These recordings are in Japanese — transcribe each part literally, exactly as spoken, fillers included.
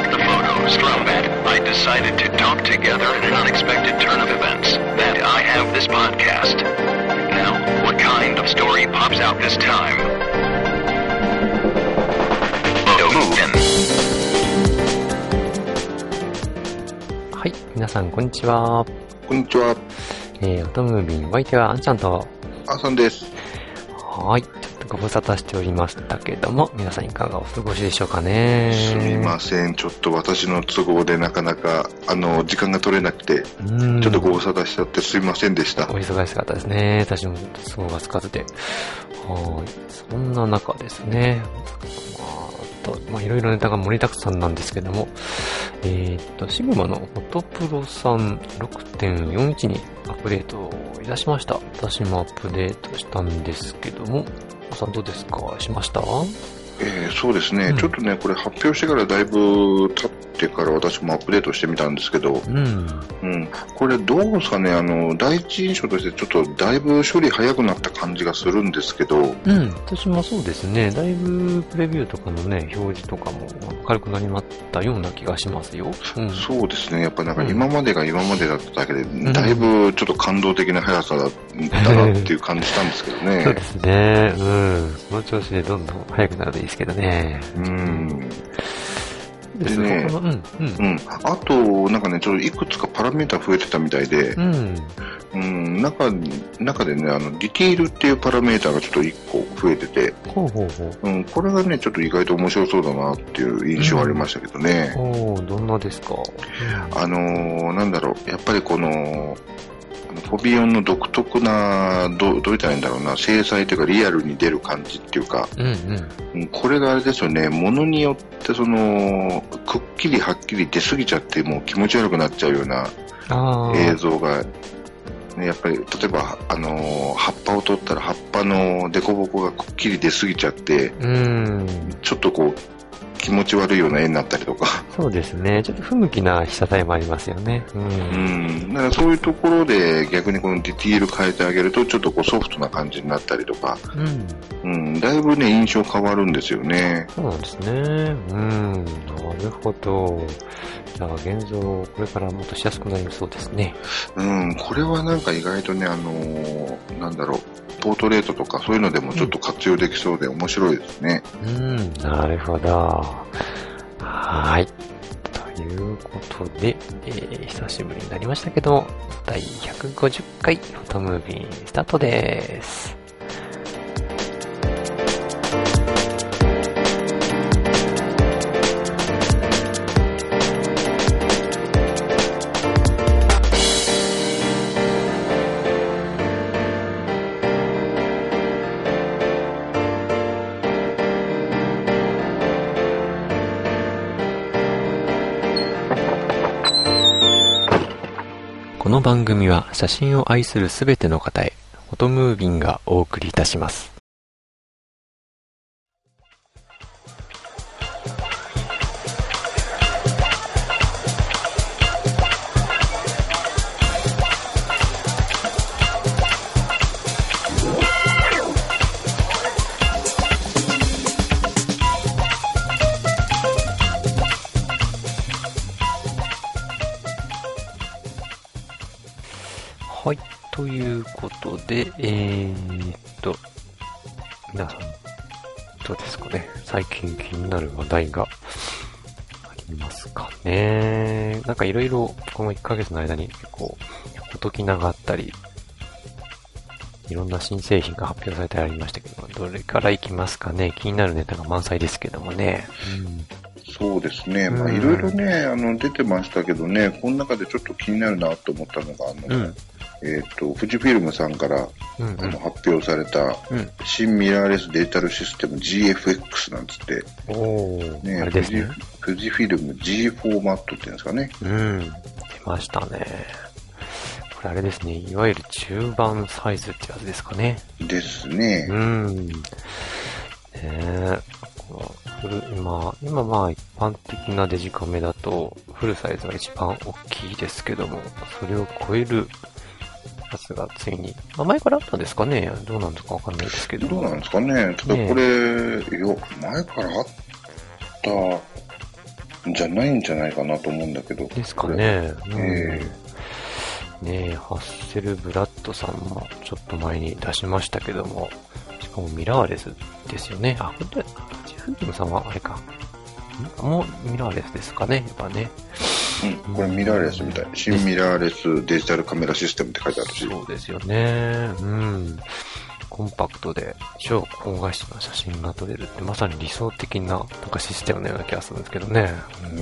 the photos from it, I decided to talk together in an unexpected turn of events that I have this podcast. Now, what kind of story pops out this time? Photo Movin'. はい、皆さんこんにちは。 こんにちは。 えー、オトムービン、お相手はあんちゃんと。 あさんです。 はい、ちょっとご無沙汰しておりましたけども、皆さんいかがお過ごしでしょうかね。 すみません、ちょっと私の都合でなかなか、あの、時間が取れなくて、ちょっとご無沙汰しちゃってすみませんでした。 お忙しかったですね。私も都合がつかずで。はい、そんな中ですね。まあ、いろいろネタが盛りだくさんなんですけども、えー、っと、シグマのフォトプロさん ろくてんよんいち にアップデートいたしました。私もアップデートしたんですけども、おさんどうですか？しました？ えー、そうですね、うん、ちょっとね、これ発表してからだいぶ経ってから私もアップデートしてみたんですけど、うん。うん、これどうですかね、あの、第一印象としてちょっとだいぶ処理早くなった感じがするんですけど。 うん、私もそうですね、だいぶプレビューとかのね、表示とかも軽くなりまったような気がしますよ。 うん、そうですね、やっぱなんか今までが今までだっただけで、うん、だいぶちょっと感動的な速さだったなっていう感じしたんですけどね。 そうですね、うん。この調子でどんどん速くなるといいですけどね。 うん。 でね、うん、うん。 うん。あと、なんかね、ちょっといくつかパラメータ増えてたみたいで、うん。うん、中、中でね、あの、ディティールっていうパラメータがちょっといっこ増えてて、 ほうほうほう。 うん、これがね、ちょっと意外と面白そうだなっていう印象ありましたけどね。 うん、おー、どんなですか？ うん、あのー、なんだろう、やっぱりこの、フォビオンの独特な、どう、どう言ったらいいんだろうな、精細というかリアルに出る感じっていうか、うんうん、これがあれですよね、ものによってその、くっきりはっきり出過ぎちゃってもう気持ち悪くなっちゃうような映像が、ね、やっぱり、例えば、あのー、葉っぱを取ったら葉っぱの凸凹がくっきり出過ぎちゃって、うん、ちょっとこう、気持ち悪いような絵になったりとか。 そうですね。ちょっと不向きな被写体もありますよね。うん。うん。だからそういうところで逆にこのディティール変えてあげるとちょっとこうソフトな感じになったりとか。うん。うん。だいぶね、印象変わるんですよね。 そうなんですね。うん。なるほど。じゃあ現像、これからもっとしやすくなりそうですね。 うん。これはなんか意外とね、あのー、なんだろう。ポートレートとかそういうのでもちょっと活用できそうで面白いですね。 うん、なるほど。はい。ということで、えー、久しぶりになりましたけど、だいひゃくごじゅっかいフォトムービースタートです。この番組は写真を愛するすべての方へ、フォトムービンがお送りいたします。はい。ということで、えーっと、皆さん、どうですかね。最近気になる話題がありますかね。なんかいろいろ、このいっかげつの間に結構、おときながあったり、いろんな新製品が発表されてありましたけど、どれからいきますかね。気になるネタが満載ですけどもね。うんそうですね。まあいろいろね、あの、出てましたけどね、この中でちょっと気になるなと思ったのが、あの、うんえっと、富士フィルムさんから、うんうん、あの発表された、うん、新ミラーレスデジタルシステム ジーエフエックス なんつって、 おね、あれですね、富士フィルム G フォーマットっていうんですかね。 うん、出ましたね。これあれですね、いわゆる中盤サイズってやつですかね。 ですね。 うん。ねえ、今、今まあ一般的なデジカメだと、フルサイズが一番大きいですけども、それを超えるやつがついに、まあ、前からあったんですかね。どうなんですかわかんないですけど。 どうなんですかね。ただこれ、ね、よ前からあったじゃないんじゃないかなと思うんだけど。 ですかね。 うん、えー、ねえ、ハッセルブラッドさんもちょっと前に出しましたけども、しかもミラーレスですよね。あ、これ、ジフームさんはあれか。もうミラーレスですかね、やっぱね。 うん、これミラーレスみたい。新ミラーレスデジタルカメラシステムって書いてあるし。 そうですよね。うん。コンパクトで超高画質な写真が撮れるってまさに理想的ななんかシステムのような気がするんですけどね。 うん。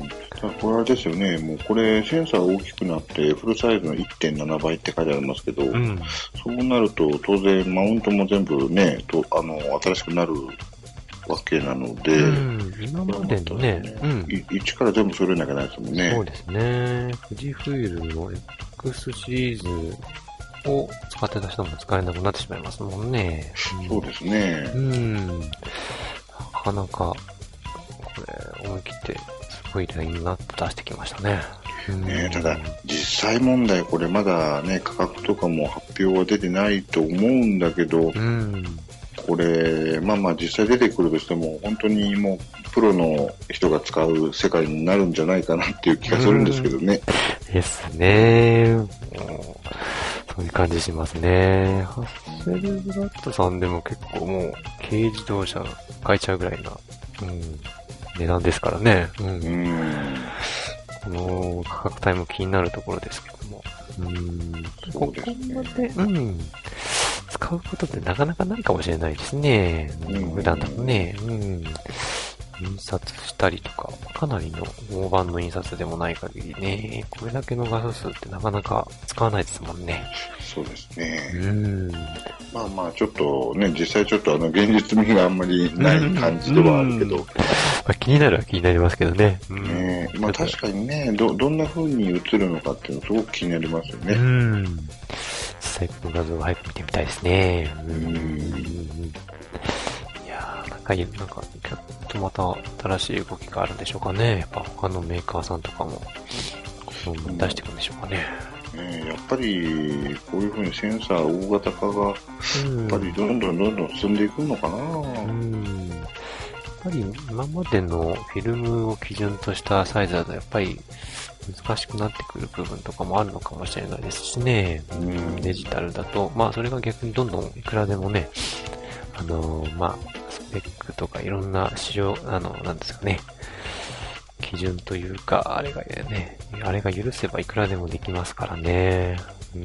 ただこれあれですよね。もうこれセンサーが大きくなってフルサイズの いってんなな 倍って書いてありますけど、うん、そうなると当然マウントも全部ね、とあの新しくなるわけなので、うん、 今までのね、うん、 一から全部揃えなきゃないですもんね。 そうですね。富士フイルムの X シリーズを使ってた人も使えなくなってしまいますもんね。 うん、そうですね。 うん。なかなか、これ、思い切って、すごいラインナップ出してきましたね。 ね、ただ、実際問題、これまだね、価格とかも発表は出てないと思うんだけど、うん、これ、まあまあ実際出てくるとしても、本当にもう、プロの人が使う世界になるんじゃないかなっていう気がするんですけどね。 うん、ですね。そういう感じしますね。ハッセルブラッドさんでも結構もう軽自動車買えちゃうぐらいな、うん、値段ですからね。うん、うんこの価格帯も気になるところですけども。うん、ここまで、うん、使うことってなかなかないかもしれないですね。うん、普段だとね。うん印刷したりとか、かなりの大判の印刷でもない限りね、これだけの画素数ってなかなか使わないですもんね。 そうですね。うん。まあまあ、ちょっとね、実際ちょっとあの、現実味があんまりない感じではあるけど。まあ、気になるは気になりますけどね。 うん、ねまあ確かにね、ど、どんな風に映るのかっていうのすごく気になりますよね。うん。 実際この画像を早く見てみたいですね。うん。うんはい、なんか、きょっとまた新しい動きがあるんでしょうかね。やっぱ他のメーカーさんとかも、出していくんでしょうかね。 うん、やっぱり、こういう風にセンサー大型化が、やっぱりどんどんどんどん進んでいくのかな。うん。 やっぱり今までのフィルムを基準としたサイズだとやっぱり難しくなってくる部分とかもあるのかもしれないですしね。うん、デジタルだと、まあそれが逆にどんどんいくらでもね、あのー、まあ、スペックとかいろんな仕様、あの、なんですかね、基準というか、あれがね、あれが許せばいくらでもできますからね。 うん、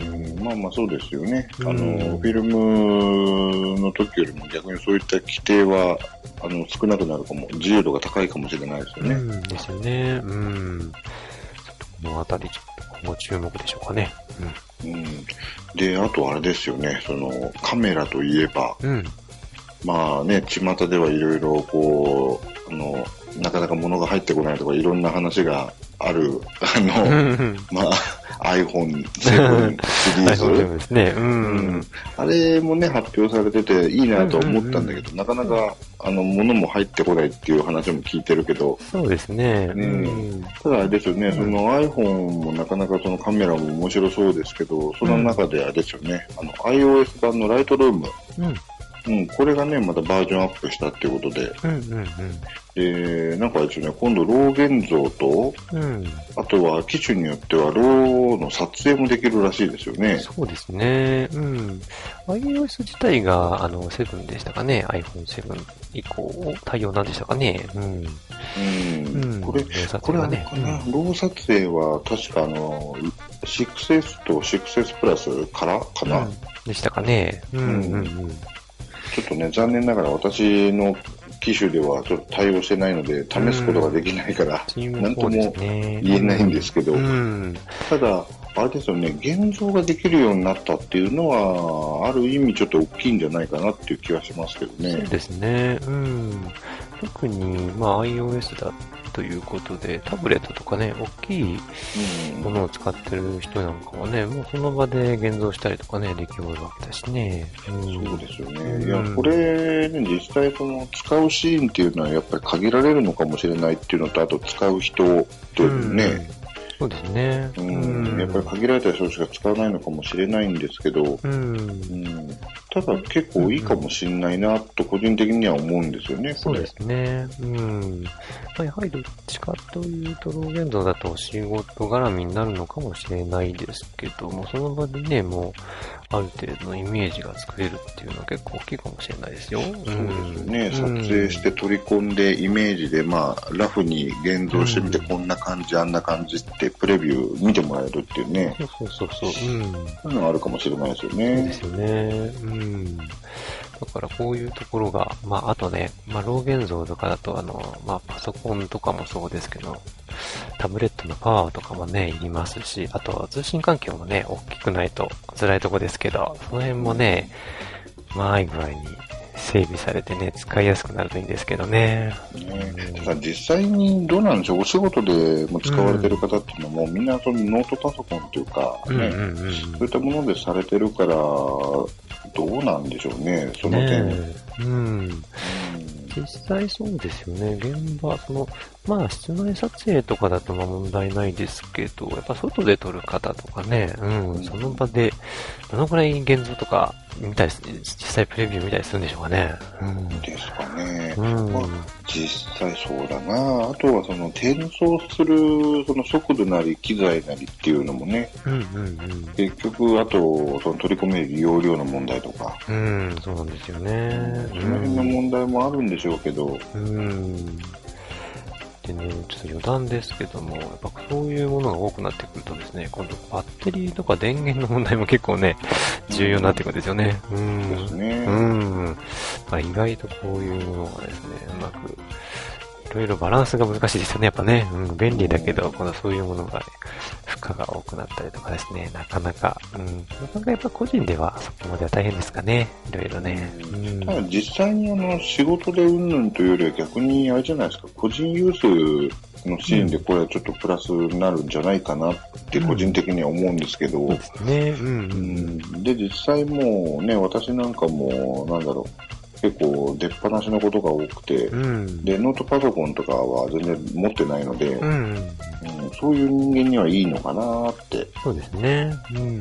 まあまあそうですよね。うん、あの、フィルムの時よりも逆にそういった規定は、あの、少なくなるかも、自由度が高いかもしれないですよね。 うん、ですよね。うん。ちょっとこのあたりちょっと今後注目でしょうかね。 うん。うん、で、あとあれですよね、その、カメラといえば、うんまあね、巷ではいろいろこう、あの、なかなか物が入ってこないとかいろんな話がある、あの、まあ、アイフォンセブン シリーズ。 iPhone ですね。うん、 うん。あれもね、発表されてていいなと思ったんだけど、なかなか、あの、物も入ってこないっていう話も聞いてるけど。 そうですね。 うん。ただあれですよね、うん、その iPhone もなかなかそのカメラも面白そうですけど、その中であれですよね、あの、iOS 版のライトルーム。うんうん、これがね、またバージョンアップしたっていうことで。うんうんうん。で、なんかですね、今度、ロー現像と、うん、あとは機種によっては、ローの撮影もできるらしいですよね。 そうですね。うん。iOS 自体が、あの、セブンでしたかね。アイフォンセブン 以降、対応なんでしたかね。うん。 うん。うん、これ、これはね、うん、ロー撮影は確かあの、シックスエス と シックスエス プラスからかな、うん、 でしたかね。うんうんうん。 ちょっとね、残念ながら私の機種ではちょっと対応してないので、試すことができないから、なんとも言えないんですけど、ただ、あれですよね、現像ができるようになったっていうのは、ある意味ちょっと大きいんじゃないかなっていう気はしますけどね。 そうですね。うん。特に、まあ、iOS だということで、タブレットとかね、大きいものを使ってる人なんかはね、もうその場で現像したりとかね、できるわけだしね。 うん、そうですよね。うん、いや、これ、ね、実際その使うシーンっていうのはやっぱり限られるのかもしれないっていうのと、あと使う人というね、うんそうですね。 うん。やっぱり限られた人しか使わないのかもしれないんですけど、うん。うん、 ただ結構いいかもしんないなと個人的には思うんですよね、 そうですね。うん。まあ、やはりどっちかというと、ロー現像だと仕事絡みになるのかもしれないですけども、その場でね、もう、ある程度のイメージが作れるっていうのは結構大きいかもしれないですよ。 そうですよね。うん、撮影して取り込んでイメージで、まあ、ラフに現像してみて、こんな感じ、あんな感じってプレビュー見てもらえるっていうね。 そうそうそうそう。うん。 そういうのがあるかもしれないですよね。 そうですよね。うん。だからこういうところが、まああとね、まあロー現像とかだとあの、まあパソコンとかもそうですけど、タブレットのパワーとかもね、いりますし、あと通信環境もね、大きくないと辛いとこですけど、その辺もね、まあいい具合に整備されてね、使いやすくなるといいんですけどね。 ね、ただ実際にどうなんでしょう、お仕事でも使われてる方っていうのも、うん、みんなそのノートパソコンっていうか、ね、うんうんうん、そういったものでされてるから、どうなんでしょうね、その点。ね、 うん。実際そうですよね。現場、その、まあ、室内撮影とかだとまあ問題ないですけど、やっぱ外で撮る方とかね、うん、うん、その場で、どのくらい現像とか見たり、実際プレビュー見たりするんでしょうかね。 うん、ですかね。 うん、 まあ、実際そうだな。あとはその転送するその速度なり機材なりっていうのもね、 うんうんうん、 結局、あとその取り込める容量の問題とか、 うん、そうなんですよね。 その辺の問題もあるんでしょうけど、 うん、でね、ちょっと余談ですけども、やっぱそういうものが多くなってくるとですね、今度バッテリーとか電源の問題も結構ね、重要になってくるんですよね。うん。 ですね。 うん。まあ、意外とこういうものがですね、うまく、いろいろバランスが難しいですよね、やっぱね。うん、便利だけど、今度そういうものが、ね、負荷が多くなったりとかですね、なかなか、うん、なかなかやっぱ個人ではそこまでは大変ですかね、いろいろね。 うん、ただ実際にあの、仕事でうんぬんというよりは逆にあれじゃないですか、個人ユースのシーンでこれはちょっとプラスになるんじゃないかなって個人的には思うんですけど、うん、 そうですね。うん、うん。 で、実際もうね、私なんかも、なんだろう、結構出っ放しのことが多くて、うん、で、ノートパソコンとかは全然持ってないので、うんうん、そういう人間にはいいのかなって。 そうですね。うんうん、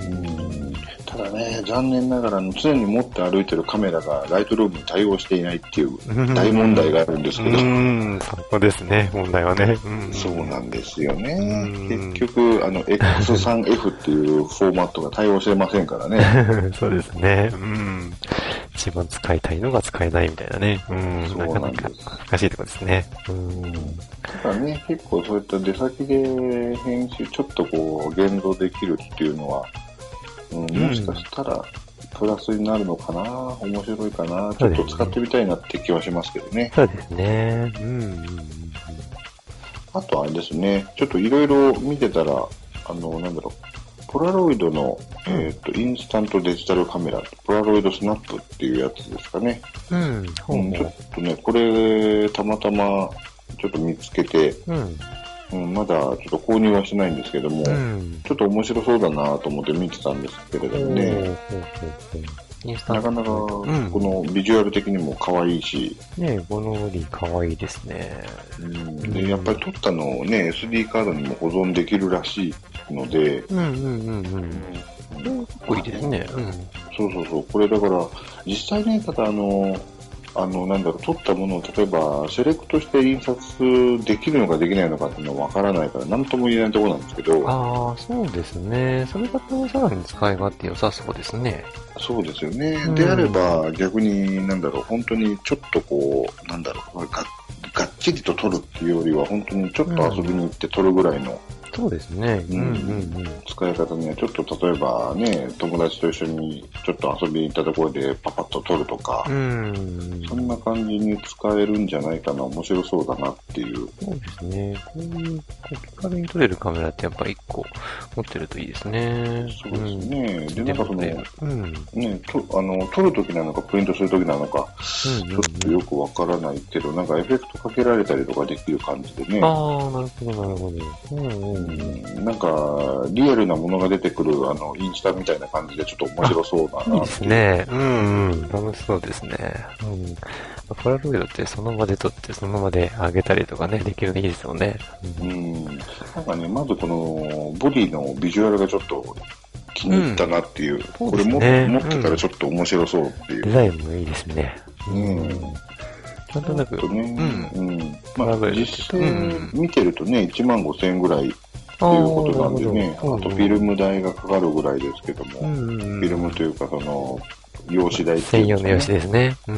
ただね、残念ながら常に持って歩いてるカメラがライトルームに対応していないっていう大問題があるんですけど。 うん、そこですね、問題はね。 うん、そうなんですよね。結局、あの、エックススリーエフ っていうフォーマットが対応してませんからね。 そうですね。うん。一番使いたいのが使えないみたいなね。うん。 そうなんです。 なかなか難しいところですね。うん。 ただね、結構そういった出先で編集、ちょっとこう、現像できるっていうのは、うん、もしかしたら、プラスになるのかな、面白いかな、ちょっと使ってみたいなって気はしますけどね。 そうですね。うん。 あとあれですね、ちょっといろいろ見てたら、あの、なんだろう、ポラロイドの、えっと、インスタントデジタルカメラ、ポラロイドスナップっていうやつですかね。 うん。 うん、ちょっとね、これ、たまたま、ちょっと見つけて、うんうん、まだちょっと購入はしないんですけども、うん、ちょっと面白そうだなと思って見てたんですけれどもね。なかなか、このビジュアル的にも可愛いし。 ねえ、このり可愛いですね。 うん。で、やっぱり撮ったのをね、エスディー カードにも保存できるらしいので。 うんうんうんうん。うん、かっこいいですね。うん。 そうそうそう。これだから、実際ね、ただあの、あの、なんだろう、撮ったものを例えばセレクトして印刷できるのかできないのかっていうのはわからないから何とも言えないところなんですけど。 ああ、そうですね。それだとさらに使い勝手良さそうですね。 そうですよね。うん、であれば逆になんだろう、本当にちょっとこう、なんだろう、ががっちりと撮るっていうよりは本当にちょっと遊びに行って撮るぐらいの。うん、 そうですね。うんうんうん。 使い方にはちょっと例えばね、友達と一緒にちょっと遊びに行ったところでパパッと撮るとか、うん、そんな感じに使えるんじゃないかな、面白そうだなっていう。 そうですね。こういうこう気軽に撮れるカメラってやっぱ一個持ってるといいですね。 そうですね。うん、で、なんかその、うん、ね、とあの撮るときなのかプリントするときなのか、うんうんうん、ちょっとよくわからないけど、なんかエフェクトかけられたりとかできる感じでね。 ああ、なるほどなるほど。うんうんうん、なんか、リアルなものが出てくる、あの、インスタみたいな感じでちょっと面白そうだな。 いいですね。うんうん。楽しそうですね。うん。ポラロイドってその場で撮ってその場で上げたりとかね、できるのいいですよね。 うん。うん、なんかね、まずこの、ボディのビジュアルがちょっと気気に入ったなっていう。うん、これも、 ね、 持ってたらちょっと面白そうっていう。 デザインもいいですね。うん。なんとなく。 ね、うん。うん。まあ、実際見てるとね、いちまんごせんえんぐらいっていうことなんでね、あ, あとフィルム代がかかるぐらいですけども、うんうんうん、フィルムというかその、用紙代っていう、ね、 専用の用紙ですね。うん。うん、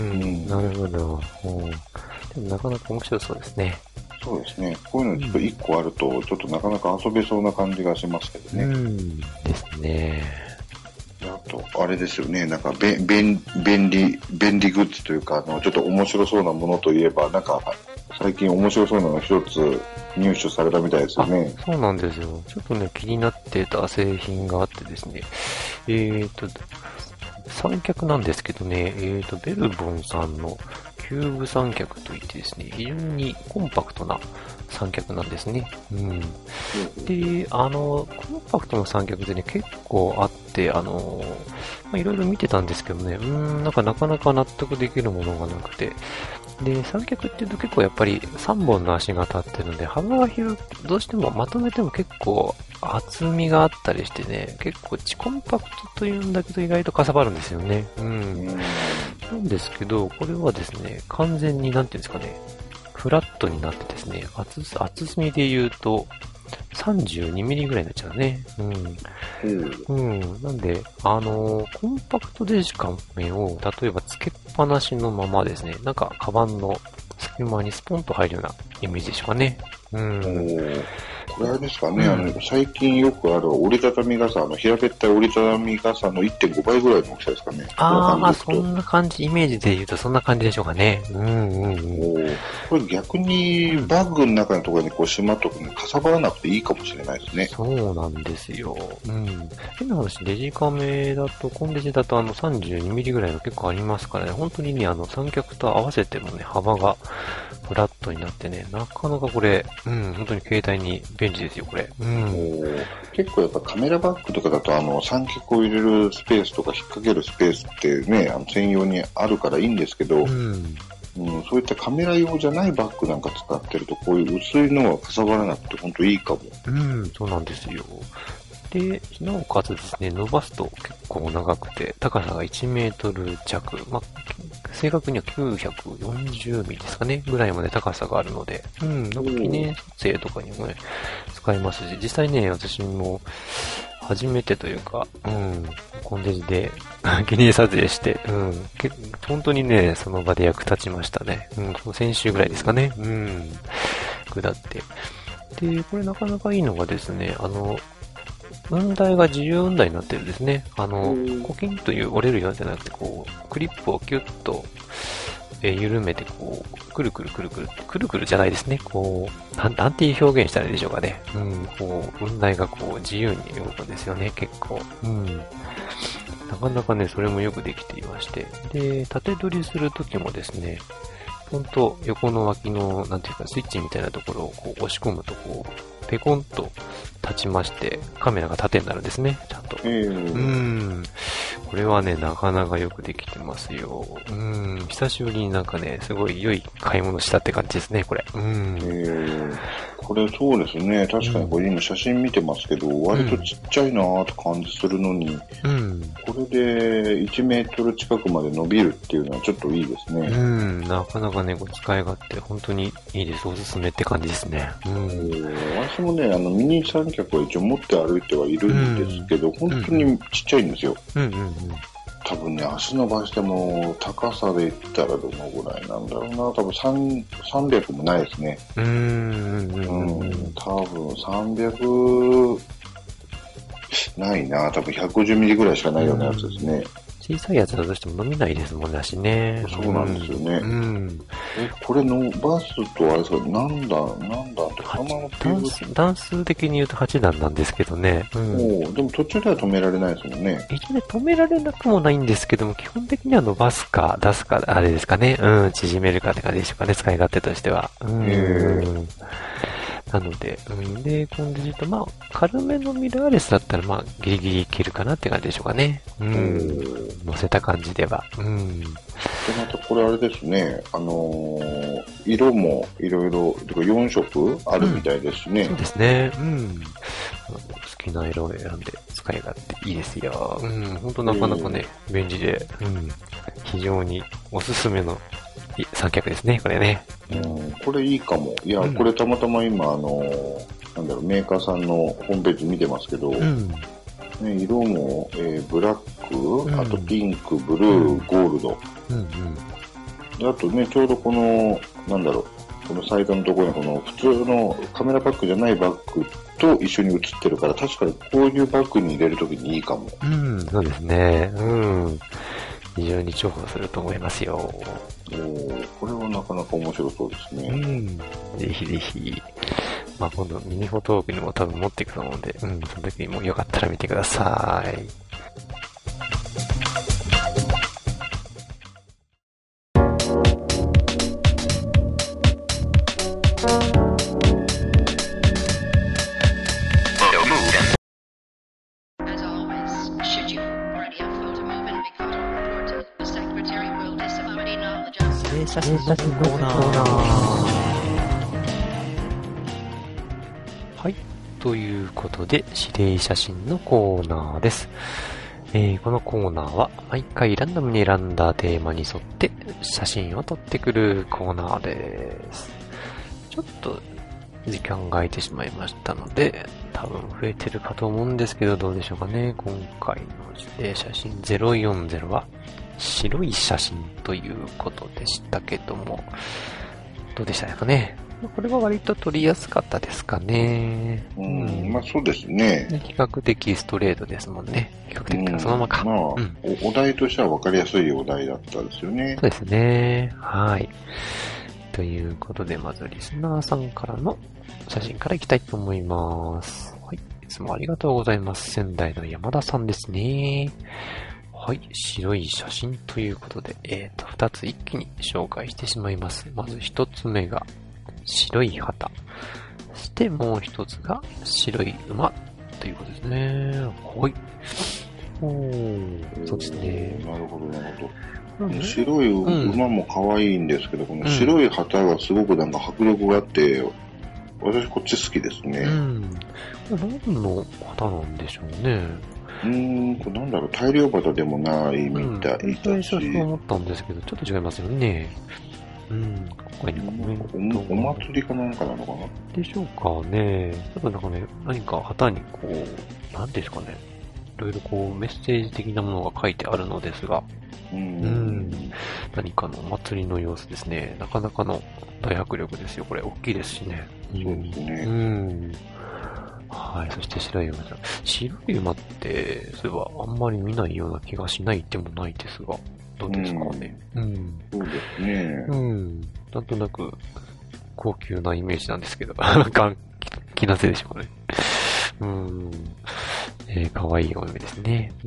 なるほど。でもなかなか面白そうですね。 そうですね。こういうのちょっといっこあると、ちょっとなかなか遊べそうな感じがしますけどね。 うん。ですね。 あと、あれですよね。なんか、べ、便、便利、便利グッズというか、あの、ちょっと面白そうなものといえば、なんか、最近面白そうなのが一つ入手されたみたいですよね。 そうなんですよ。ちょっとね、気になってた製品があってですね。えーと、三脚なんですけどね、えーと、ベルボンさんのキューブ三脚といってですね、非常にコンパクトな三脚なんですね。うん。で、あの、コンパクトな三脚でね、結構あって、あの、まあ、いろいろ見てたんですけどね、うーん、なんかなかなか納得できるものがなくて、で、三脚っていうと結構やっぱりさんぼんの足が立ってるので、幅が広く、どうしてもまとめても結構厚みがあったりしてね、結構コンパクトというんだけど意外とかさばるんですよね。うん。なんですけど、これはですね、完全になんていうんですかね、フラットになってですね、厚、厚みで言うと、さんじゅうにミリぐらいになっちゃうね。うん。うん。うん。なんで、あのー、コンパクトデジカメを、例えばつけっぱなしのままですね、なんか、カバンの隙間にスポンと入るようなイメージでしょうかね。うん。 これあれですかね、うん、あの、最近よくある折りたたみ傘、あの、平べったい折りたたみ傘のいってんごばいぐらいの大きさですかね。 ああ、まあそんな感じ、イメージで言うとそんな感じでしょうかね。うんうんうん。 これ逆にバッグの中のところにこうしまっとくのかさばらなくていいかもしれないですね。 そうなんですよ。うん。変な話、デジカメだと、コンデジだとあのさんじゅうにミリぐらいが結構ありますからね、本当にね、あの三脚と合わせてもね、幅がフラットになってね、なかなかこれ、うん、本当に携帯に便利ですよ、これ。うん、 結構やっぱカメラバッグとかだと、あの、三脚を入れるスペースとか引っ掛けるスペースってね、あの専用にあるからいいんですけど、うんうん、そういったカメラ用じゃないバッグなんか使ってると、こういう薄いのがかさばらなくて本当いいかも。 うん、そうなんですよ。で、なおかつですね、伸ばすと結構長くて、高さがいちメートル弱、まあ、正確にはきゅうひゃくよんじゅうミリですかね、ぐらいまで高さがあるので、うん、なんか記念撮影とかにもね、使えますし、実際ね、私も初めてというか、うん、コンデジで記念撮影して、うん、本当にね、その場で役立ちましたね。うん、この先週ぐらいですかね、うん、下って。で、これなかなかいいのがですね、あの、雲台が自由雲台になってるんですね。あの、コキンという折れるようじゃなくて、こう、クリップをキュッと、えー、緩めて、こう、くるくるくるくる、くるくるじゃないですね。こう、なん、なんていう表現したらいいでしょうかね。うん、こう、雲台がこう、自由に動くんですよね、結構。うん。なかなかね、それもよくできていまして。で、縦取りするときもですね、ほんと横の脇の、なんていうか、スイッチみたいなところをこう押し込むと、こう、ペコンと立ちまして、カメラが縦になるんですね、ちゃんと。うーん。これはね、なかなかよくできてますよ。うーん。久しぶりになんかね、すごい良い買い物したって感じですね、これ。うーん。 これそうですね。確かにこれ今写真見てますけど、うん、割とちっちゃいなーって感じするのに、うん、これでいちメートル近くまで伸びるっていうのはちょっといいですね。 うん、なかなかね、こう使い勝手本当にいいです。おすすめって感じですね。うん。 私もね、あのミニ三脚は一応持って歩いてはいるんですけど、うん、本当にちっちゃいんですよ。うんうんうん。多分ね、足伸ばしても、高さで言ったらどのぐらいなんだろうな。多分さん、さんびゃくもないですね。うーん。うん。多分さんびゃく、ないな。多分ひゃくごじゅうミリぐらいしかないようなやつですね。 小さいやつだとしても伸びないですもんね、足ね。 そうなんですよね。うん。え、これ伸ばすとあれですか、何段、何段って弾の段数、段数的に言うとはちだんなんですけどね。 うん。おでも途中では止められないですもんね。 一応ね、止められなくもないんですけども、基本的には伸ばすか、出すか、あれですかね。うん、縮めるかって感じでしょうかね、使い勝手としては。うん。へなので、うん、で、コンデジと、まあ、軽めのミラーレスだったら、まあ、ギリギリいけるかなって感じでしょうかね。うん。乗せた感じでは。うん。で、 またこれあれですね、あのー、色もいろいろ、よんしょくあるみたいですね、 うん。そうですね。うん。好きな色を選んで使い勝手いいですよ。うん、ほんとなかなかね、便利で、うん、非常におすすめの三脚ですね、これね。 うん、これいいかも。いや、うん、これたまたま今、あの、なんだろう、メーカーさんのホームページ見てますけど、うんね、色も、えー、ブラック、うん、あとピンク、ブルー、うん、ゴールド。うんうん、であとね、ちょうどこの、なんだろう、このサイドのところにこの普通のカメラバッグじゃないバッグと一緒に写ってるから、確かにこういうバッグに入れるときにいいかも。 うん、そうですね。うん。非常に重宝すると思いますよ。 おー、これはなかなか面白そうですね。 うん。ぜひぜひ。まあ今度ミニフォトークにも多分持っていくと思うので、うん、その時にもよかったら見てください。写真のコーナー。はい。ということで、指令写真のコーナーです。えー、このコーナーは、毎回ランダムに選んだテーマに沿って写真を撮ってくるコーナーです。ちょっと時間が空いてしまいましたので、多分増えてるかと思うんですけど、どうでしょうかね。今回の指令写真ゼロよんゼロは、白い写真ということでしたけども、どうでしたかね。これは割と撮りやすかったですかね。 うん、まあそうですね。 比較的ストレートですもんね。比較的そのままか。 まあ、うん、お, お題としては分かりやすいお題だったですよね。 そうですね。はい。ということで、まずリスナーさんからの写真からいきたいと思います。はい。いつもありがとうございます。仙台の山田さんですね。はい。白い写真ということで、えーと、二つ一気に紹介してしまいます。まず一つ目が、白い旗。そしてもう一つが、白い馬ということですね。はい。おー、そうですね。 なるほど、なるほど。白い馬も可愛いんですけど、うん、この白い旗がすごくなんか迫力があって、私こっち好きですね。うん。 これ何の旗なんでしょうね。 うーん、これなんだろう、大漁旗でもないみたいだし、うん、 最初そう思ったんですけど、ちょっと違いますよね。うん、ここにコメントお、お祭りかなんかなのかなでしょうかね。ちょっとなんかね、何か旗にこう、なんですかね、いろいろこうメッセージ的なものが書いてあるのですが、うん、うん何かのお祭りの様子ですね。なかなかの大迫力ですよ。これ大きいですしね。 そうですね。 うん。はい。そして白い馬。白い馬って、そういえばあんまり見ないような気がしないでもないですが、どうですかね。うん。うん、 そうですね。 うん。なんとなく高級なイメージなんですけど、元気なせいでしょうかね。うん。えー、かわいいお目ですね。 うん。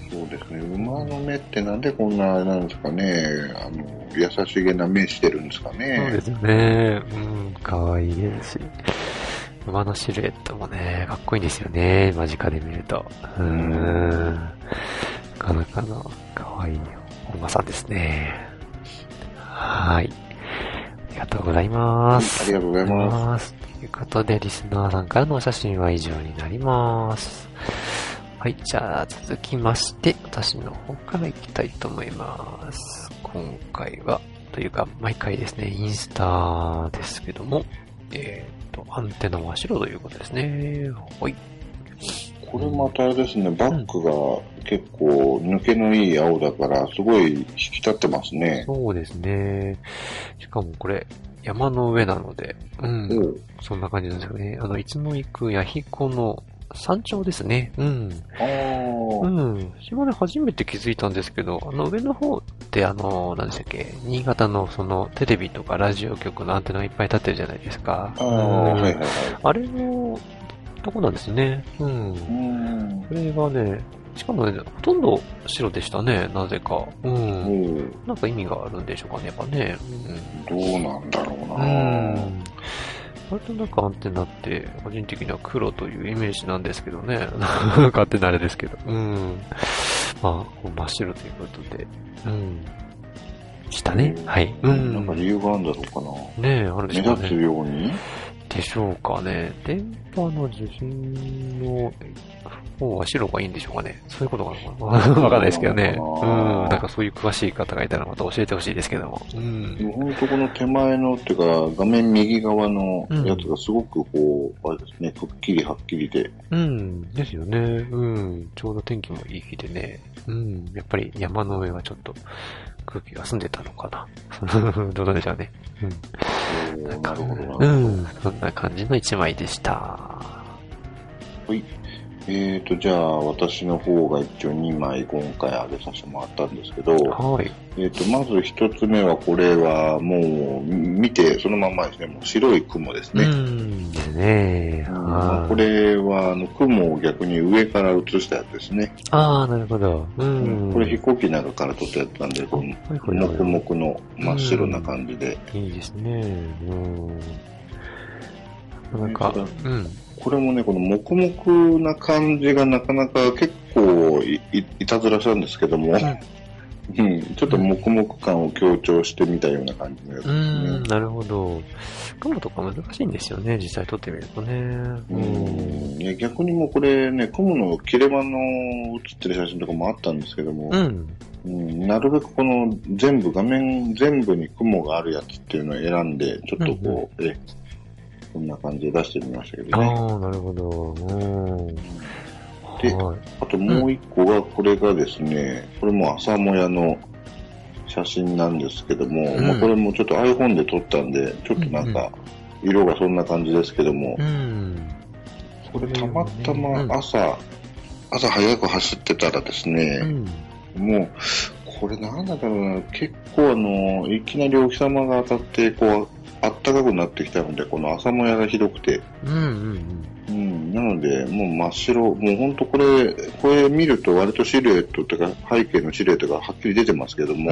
そうですね。馬の目ってなんでこんな、なんですかね。あの、優しげな目してるんですかね。 そうですね。うん。かわいいですし。馬のシルエットもね、かっこいいですよね。間近で見ると。うーん。なかなかのかわいいお馬さんですね。はい。ありがとうございます。 ありがとうございます。 ということで、リスナーさんからのお写真は以上になります。はい。じゃあ、続きまして、私の方からいきたいと思います。今回は、というか、毎回ですね、インスタですけども、えーと、アンテナは白ということですね。はい。 これまたあれですね、バックが結構抜けのいい青だから、すごい引き立ってますね。 そうですね。しかもこれ、山の上なので、うん。そんな感じなんですよね。あの、いつも行く弥彦の山頂ですね。うん。 ああ。 うん。島で初めて気づいたんですけど、あの上の方ってあの、何でしたっけ、新潟のそのテレビとかラジオ局のアンテナがいっぱい立ってるじゃないですか。 ああ、はいはいはい。 あれのとこなんですね。うん。うん。これがね、しかもね、ほとんど白でしたね、なぜか。うん。なんか意味があるんでしょうかね、やっぱね。 うん、どうなんだろうな。うん。 割となんかアンテナって、個人的には黒というイメージなんですけどね。勝手なあれですけど。うん。まあ、真っ白ということで。うん。したね。はい。 うん。なんか理由があるんだろうかな。 ねえ、あるでしょうね。 目立つようにっでしょうかね。電波の受信の方は白がいいんでしょうかね。そういうことかな。わかんないですけどね。うん。なんかそういう詳しい方がいたらまた教えてほしいですけども。うん。 ほんとこの手前のっていうか、画面右側のやつがすごくこう、うん、あれですね、くっきりはっきりで。 うん。ですよね。うん。ちょうど天気もいい日でね。うん。やっぱり山の上はちょっと空気が澄んでたのかな。どうでしょうね。うん。 なるほどな。 うん。そんな感じの一枚でした。 はい。えーと、じゃあ、私の方が一応にまい今回上げさせてもらったんですけど、 はい。 えーと、まず一つ目は、これはもう、見てそのまんまですね、もう白い雲ですね。 うん、ですね。 あこれは、あの、雲を逆に上から映したやつですね。 ああ、なるほど。うん。 これ飛行機なんかから撮ったやつなんで、この、もくもくの真っ白な感じで。 いいですね。うん。なんか、うん。 これもね、このもくもくな感じがなかなか結構 い, い, いたずらしたんですけども、うん、ちょっともくもく感を強調してみたような感じのやつですね。 うん、なるほど。雲とか難しいんですよね、実際撮ってみるとね。 うん。いや逆にもうこれね、雲の切れ間の写ってる写真とかもあったんですけども、 うんうん、なるべくこの全部、画面全部に雲があるやつっていうのを選んで、ちょっとこう、うんうん、え、こんな感じで出してみましたけどね。 ああ、なるほど。うん。 で、はい、あともう一個が、これがですね、これも朝もやの写真なんですけども、うん、まあこれもちょっと iPhone で撮ったんで、ちょっとなんか、色がそんな感じですけども、うん、これたまたま朝、うん、朝早く走ってたらですね、うん、もう、これなんだろうな、結構あの、いきなりお日様が当たって、こう、あったかくなってきたので、この朝もやがひどくて、 うんうんうんうん、なので、もう真っ白、もうほんとこれ、これ見ると割とシルエットというか背景のシルエットがはっきり出てますけども、うん、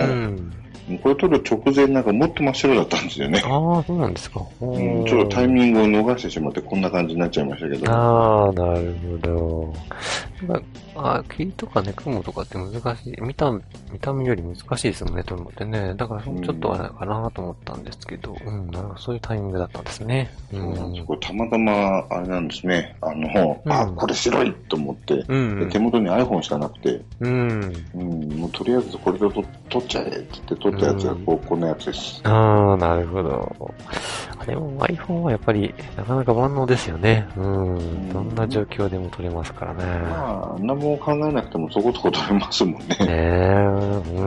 これ撮る直前なんかもっと真っ白だったんですよね。 ああ、そうなんですか。 うん、ちょっとタイミングを逃してしまってこんな感じになっちゃいましたけど。 ああ、なるほど。あ、霧とかね、雲とかって難しい。見た、見た目より難しいですもんね、撮るのってね。だからちょっとあれかなと思ったんですけど、うん、なるほど、そういうタイミングだったんですね。 うん、そうなんです。これたまたま、あれなんですね。あの、うん、あ、これ白いと思って、うんうん、手元に iPhone しかなくて、うん、うん、もうとりあえずこれで撮撮っちゃえって言って撮ったやつがこう、このやつです。 ああ、なるほど。でも iPhone はやっぱりなかなか万能ですよね。うん。うん、どんな状況でも撮れますからね。 まあ、何も考えなくてもそこそこ撮れますもんね。ねえ、うん。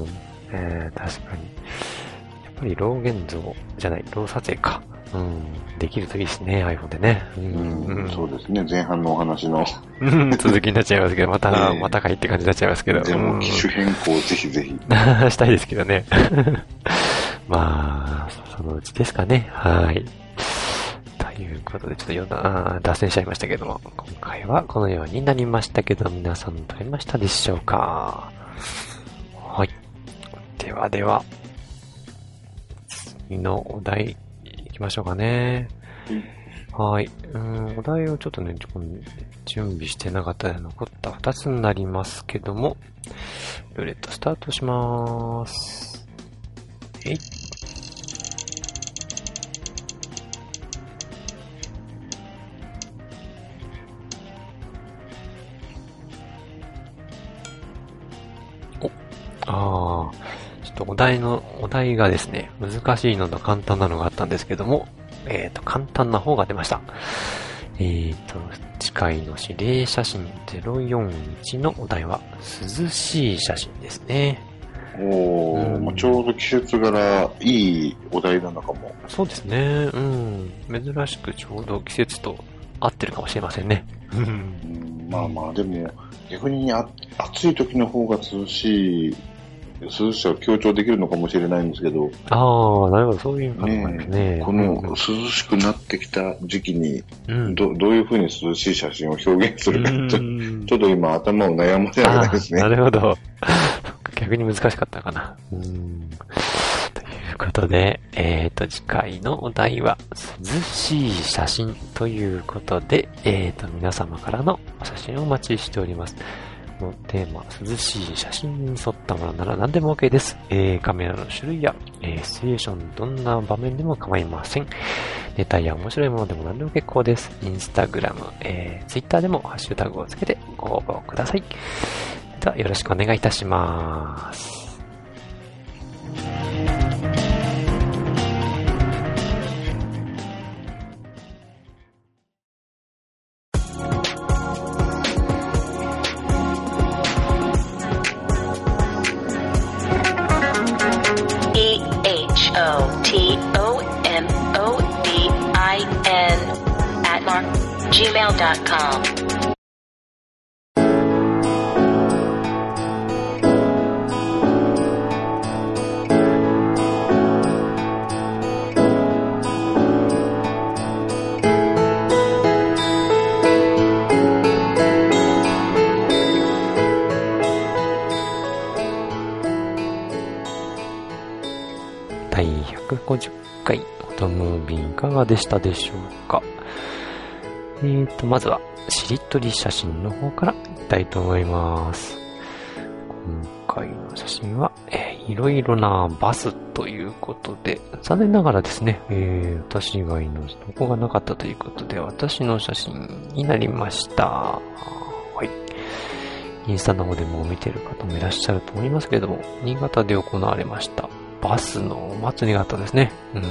えー、確かに。やっぱりロー現像じゃない、ロー撮影か。うん。できるといいですね、iPhone でね。 うん。うん、そうですね、前半のお話の。 続きになっちゃいますけど、また、えー、またかいって感じになっちゃいますけど。 でも、機種変更ぜひぜひ。 したいですけどね。まあ、そのうちですかね。はい。ということで、ちょっとよな、脱線しちゃいましたけども、今回はこのようになりましたけど、皆さん撮れましたでしょうか？はい。ではでは、次のお題いきましょうかね。うん、はい。うん、お題をちょっとね、準備してなかったので残ったふたつになりますけども、ルーレットスタートします。えい。ああ、ちょっとお題の、お題がですね、難しいのと簡単なのがあったんですけども、えっと、簡単な方が出ました。えっと、次回の指令写真ゼロよんいちのお題は、涼しい写真ですね。 おー、うん、ちょうど季節柄いいお題なのかも。 そうですね、うん。珍しくちょうど季節と合ってるかもしれませんね。うん、 まあまあ、でも、逆にあ暑い時の方が涼しい、涼しさを強調できるのかもしれないんですけど。 ああ、なるほど、そういう感じですね。 この涼しくなってきた時期に、うん、ど, どういう風に涼しい写真を表現するか、うん、ちょっと今頭を悩ませながらですね。 なるほど。逆に難しかったかな。うん、ということで、えっと、次回のお題は、涼しい写真ということで、えっと、皆様からのお写真をお待ちしております。 のテーマ、涼しい写真に沿ったものなら何でも OK です。えー、カメラの種類や、えー、シチュエーション、どんな場面でも構いません。ネタや面白いものでも何でも結構です。インスタグラム、えー、ツイッターでもハッシュタグをつけてご応募ください。ではよろしくお願いいたします。 ジーメールドットコムだいひゃくごじゅっかいフォトムービーいかがでしたでしょうか。えーと、まずは、しりとり写真の方からいきたいと思います。今回の写真は、えー、いろいろなバスということで、残念ながらですね、えー、私以外の投稿がなかったということで、私の写真になりました。はい。インスタの方でも見ている方もいらっしゃると思いますけれども、新潟で行われました。バスのお祭りがあったですね。うん。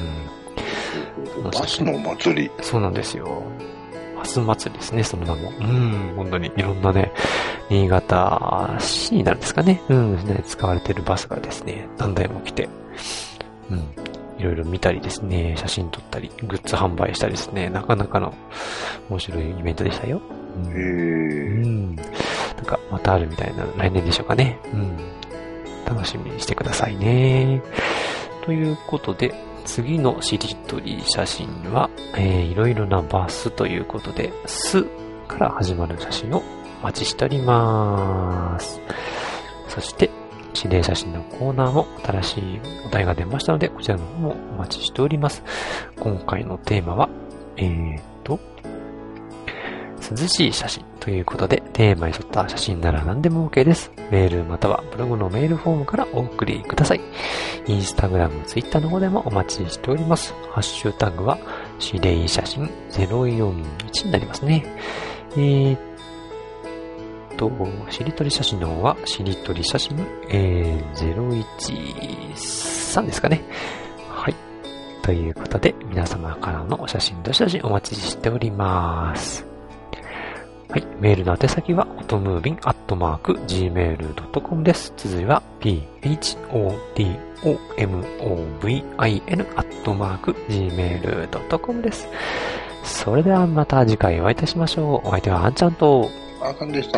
バスのお祭り？ そうなんですよ。バス祭りですね、その名も。うん、本当にいろんなね、新潟市になるんですかね。うん、ね、使われているバスがですね、何台も来て、うん、いろいろ見たりですね、写真撮ったり、グッズ販売したりですね、なかなかの面白いイベントでしたよ。うん、 へー。 うん。なんか、またあるみたいな、来年でしょうかね。うん。楽しみにしてくださいね。ということで、次のしりとり写真は、えー、いろいろなバスということで、すから始まる写真をお待ちしております。そして、指令写真のコーナーも新しいお題が出ましたので、こちらの方もお待ちしております。今回のテーマは、えーと、涼しい写真ということで、テーマに沿った写真なら何でも OK です。メールまたはブログのメールフォームからお送りください。インスタグラム、ツイッターの方でもお待ちしております。ハッシュタグは、指令写真ゼロよんいちになりますね。えーっと、しりとり写真の方は、しりとり写真、えー、ゼロいちさんですかね。はい。ということで、皆様からのお写真どしどしお待ちしております。はい。メールの宛先は、フォトムービンアットマーク、ジーメールドットコム です。綴りは、ピーエイチオーティーオーエムオーブイアイエヌ アットマーク、ジーメールドットコム です。それではまた次回お会いいたしましょう。お相手はあんちゃんと、 あかんでした。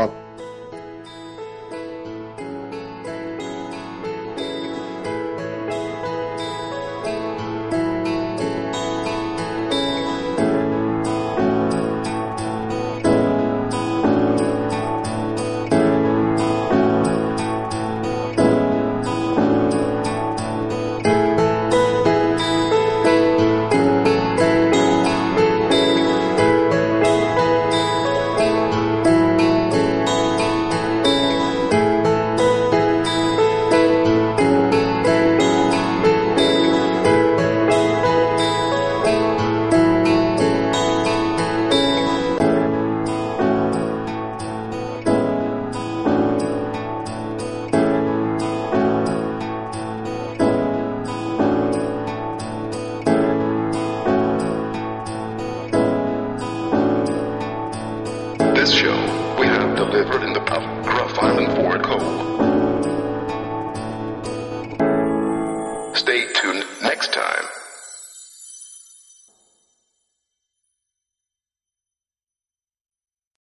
This show we have delivered in the of Gruff Island Ford Code. Stay tuned next time.